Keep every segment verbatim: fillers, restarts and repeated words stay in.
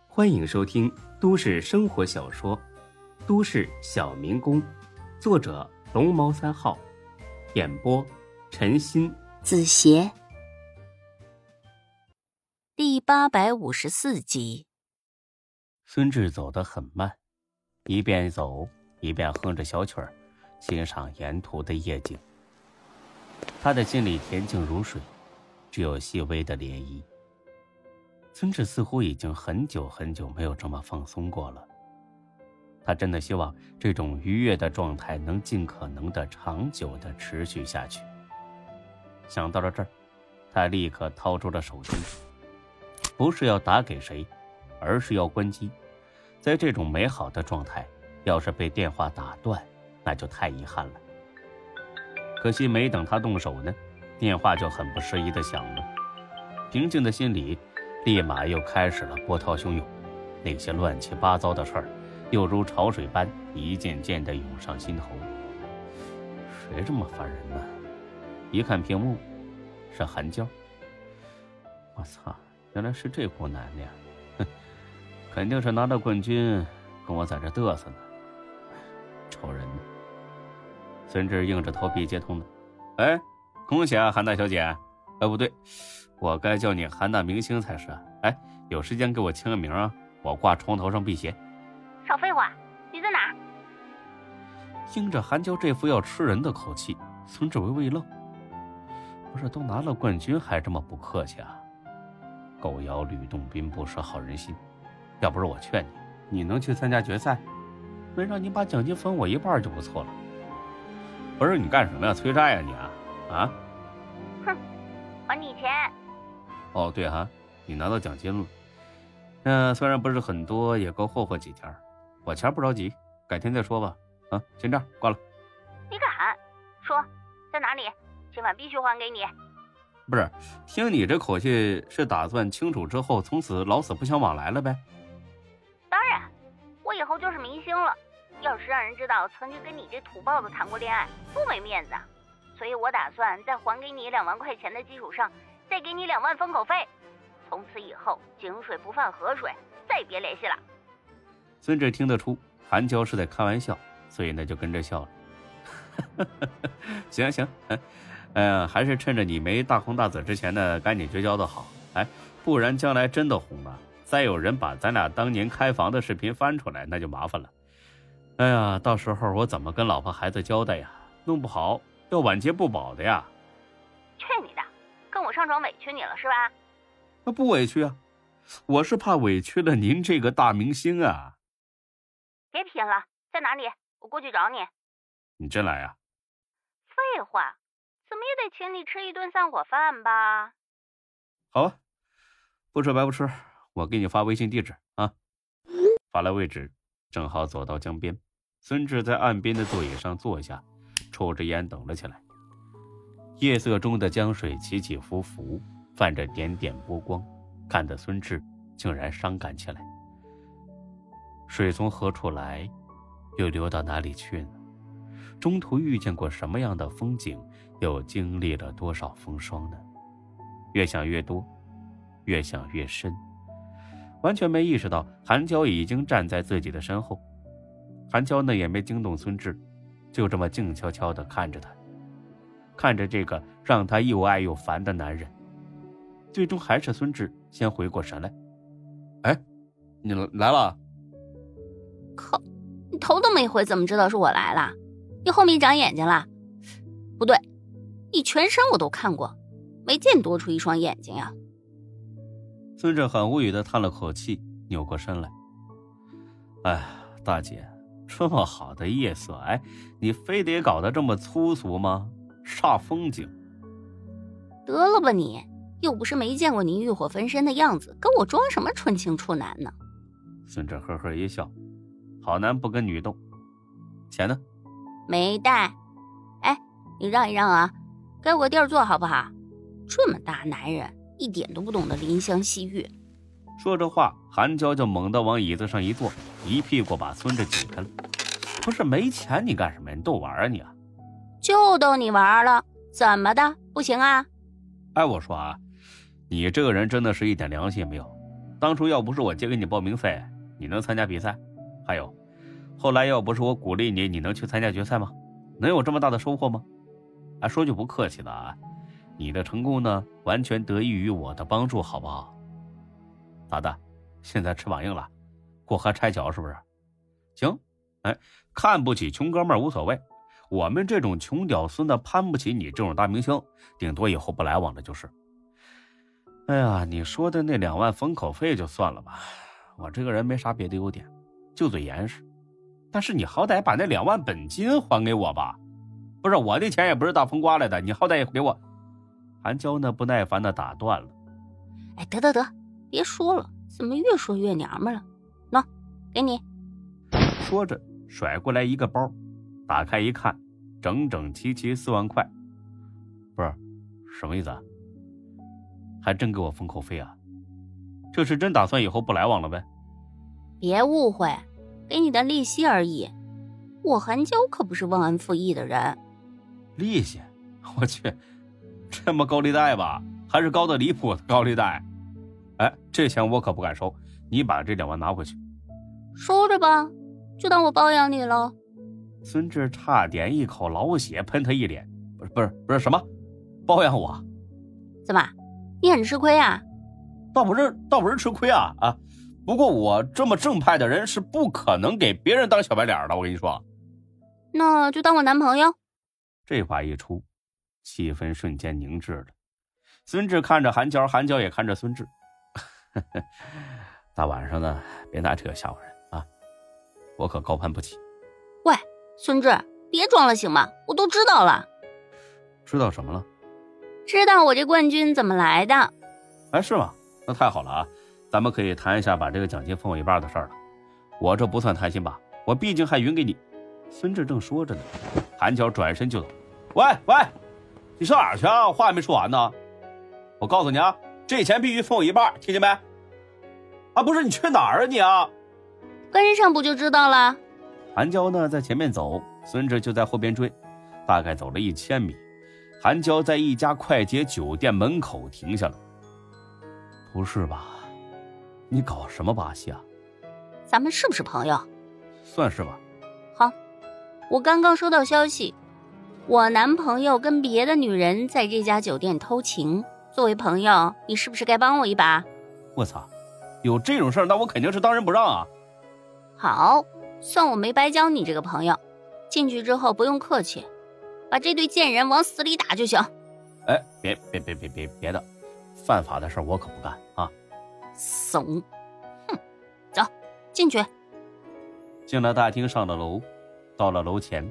欢迎收听都市生活小说《都市小民工》，作者龙猫三号，演播陈鑫、 子邪。第八百五十四集。 孙志走得很慢，一边走一边哼着小曲儿，欣赏沿途的夜景。他的心里恬静如水，只有细微的涟漪。孙志似乎已经很久很久没有这么放松过了。他真的希望这种愉悦的状态能尽可能的长久的持续下去。想到了这儿，他立刻掏出了手机，不是要打给谁，而是要关机。在这种美好的状态，要是被电话打断，那就太遗憾了。可惜没等他动手呢，电话就很不适宜的响了。平静的心里立马又开始了波涛汹涌，那些乱七八糟的事儿又如潮水般一件件的涌上心头。谁这么烦人呢？一看屏幕，是韩娇。我操，原来是这股男的呀！哼，肯定是拿到冠军跟我在这嘚瑟呢。臭人呢！孙志硬着头皮接通了。哎，恭喜啊，韩大小姐。哎，不对，我该叫你韩大明星才是。哎，有时间给我签个名啊，我挂床头上辟邪。 少废话，你在哪？ 听着韩娇这副要吃人的口气，孙志微微一愣。不是都拿了冠军还这么不客气啊？狗咬吕洞宾不识好人心，要不是我劝你，你能去参加决赛，能让你把奖金分我一半就不错了。不是你干什么呀，催债呀你啊？啊？ 哼，还你钱。 哦对啊，你拿到奖金了。嗯、呃，虽然不是很多，也够霍霍几天。我钱不着急，改天再说吧。啊，先这样，挂了。 你敢说在哪里？今晚必须还给你。 不是，听你这口气，是打算清楚之后从此老死不相往来了呗？ 当然，我以后就是明星了。要是让人知道曾经跟你这土包子谈过恋爱，多没面子啊！所以我打算在还给你两万块钱的基础上，再给你两万封口费。从此以后，井水不犯河水，再别联系了。 孙志听得出韩娇是在开玩笑，所以呢就跟着笑了。行行，哎呀，还是趁着你没大红大紫之前呢，赶紧绝交的好。哎，不然将来真的红了，再有人把咱俩当年开房的视频翻出来，那就麻烦了。哎呀，到时候我怎么跟老婆孩子交代呀？弄不好要晚节不保的呀。 去你的，跟我上床委屈你了是吧？ 那不委屈啊，我是怕委屈了您这个大明星啊。 别贫了，在哪里？我过去找你。 你真来啊？ 废话，怎么也得请你吃一顿散伙饭吧。 好啊，不吃白不吃，我给你发微信地址啊。发来位置，正好走到江边。孙志在岸边的座椅上坐下，抽着烟等了起来。夜色中的江水起起伏伏，泛着点点波光，看得孙志竟然伤感起来。水从何处来，又流到哪里去呢？中途遇见过什么样的风景，又经历了多少风霜呢？越想越多，越想越深，完全没意识到韩娇已经站在自己的身后。韩娇呢也没惊动孙志，就这么静悄悄地看着他，看着这个让他又爱又烦的男人。最终还是孙志先回过神来。哎，你来了？ 靠，你头都没回，怎么知道是我来了？你后面长眼睛了？不对，你全身我都看过，没见多出一双眼睛呀。 孙志很无语地叹了口气，扭过身来。哎，大姐，这么好的夜色，哎，你非得搞得这么粗俗吗？煞风景。 得了吧你，又不是没见过你欲火焚身的样子，跟我装什么纯情处男呢？ 孙志呵呵一笑，好男不跟女斗。钱呢？ 没带。哎，你让一让啊，给我地儿坐好不好？这么大男人，一点都不懂得怜香惜玉。 说着话，韩娇就猛地往椅子上一坐，一屁股把孙志挤开了。不是没钱你干什么？你逗玩啊你啊？ 就逗你玩了，怎么的？不行啊？ 哎，我说啊，你这个人真的是一点良心也没有。 当初要不是我借给你报名费，你能参加比赛？还有，后来要不是我鼓励你，你能去参加决赛吗？能有这么大的收获吗？啊，说句不客气的啊，你的成功呢，完全得益于我的帮助，好不好？咋的？现在翅膀硬了，过河拆桥是不是？行，哎，看不起穷哥们儿无所谓，我们这种穷屌丝呢，攀不起你这种大明星，顶多以后不来往的就是。哎呀，你说的那两万封口费就算了吧，我这个人没啥别的优点，就嘴严实。但是你好歹把那两万本金还给我吧，不是我的钱也不是大风刮来的，你好歹也给我。韩娇呢不耐烦的打断了。 哎，得得得，别说了，怎么越说越娘们了？喏，给你。 说着甩过来一个包，打开一看，整整齐齐四万块。不是，什么意思啊？还真给我封口费啊？这是真打算以后不来往了呗？ 别误会，给你的利息而已。我韩娇可不是忘恩负义的人。 利息？我去，这么高利贷吧？还是高的离谱的高利贷？哎，这钱我可不敢收，你把这两万拿回去。 收着吧，就当我包养你了。 孙志差点一口老血喷他一脸。不是不是不是什么包养我？ 怎么，你很吃亏啊？ 倒不是倒不是吃亏啊啊！不过我这么正派的人是不可能给别人当小白脸的，我跟你说。 那就当我男朋友。 这话一出，气氛瞬间凝滞了。孙志看着韩娇，韩娇也看着孙志。大晚上的别拿这个吓唬人啊，我可高攀不起。 喂，孙志，别装了行吗？我都知道了。 知道什么了？ 知道我这冠军怎么来的。 哎，是吗？那太好了啊，咱们可以谈一下把这个奖金分我一半的事儿了。我这不算贪心吧，我毕竟还匀给你。孙志正说着呢，韩娇转身就走。喂喂，你上哪儿去啊？话还没说完呢。我告诉你啊，这钱必须分我一半，听见没？啊，不是，你去哪儿啊你啊？ 跟上不就知道了。 韩娇呢在前面走，孙志就在后边追，大概走了一千米，韩娇在一家快捷酒店门口停下了。不是吧？你搞什么把戏啊？ 咱们是不是朋友？ 算是吧。 好，我刚刚收到消息，我男朋友跟别的女人在这家酒店偷情，作为朋友，你是不是该帮我一把？ 我操，有这种事儿，那我肯定是当仁不让啊。 好，算我没白交你这个朋友。进去之后不用客气，把这对贱人往死里打就行。 哎，别别别别别别的，犯法的事我可不干啊。 怂，哼，走，进去。 进了大厅，上了楼，到了楼前。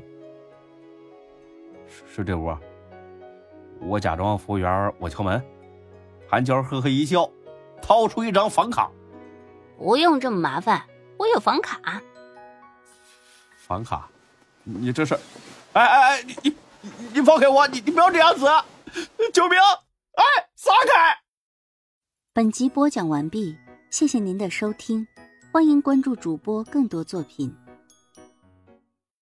是是这屋？我假装服务员，我敲门。韩娇呵呵一笑，掏出一张房卡。 不用这么麻烦，我有房卡。 房卡？你这是？哎哎哎，你你你放开我！你你不要这样子！救命！哎，撒开！ 本集播讲完毕，谢谢您的收听，欢迎关注主播更多作品。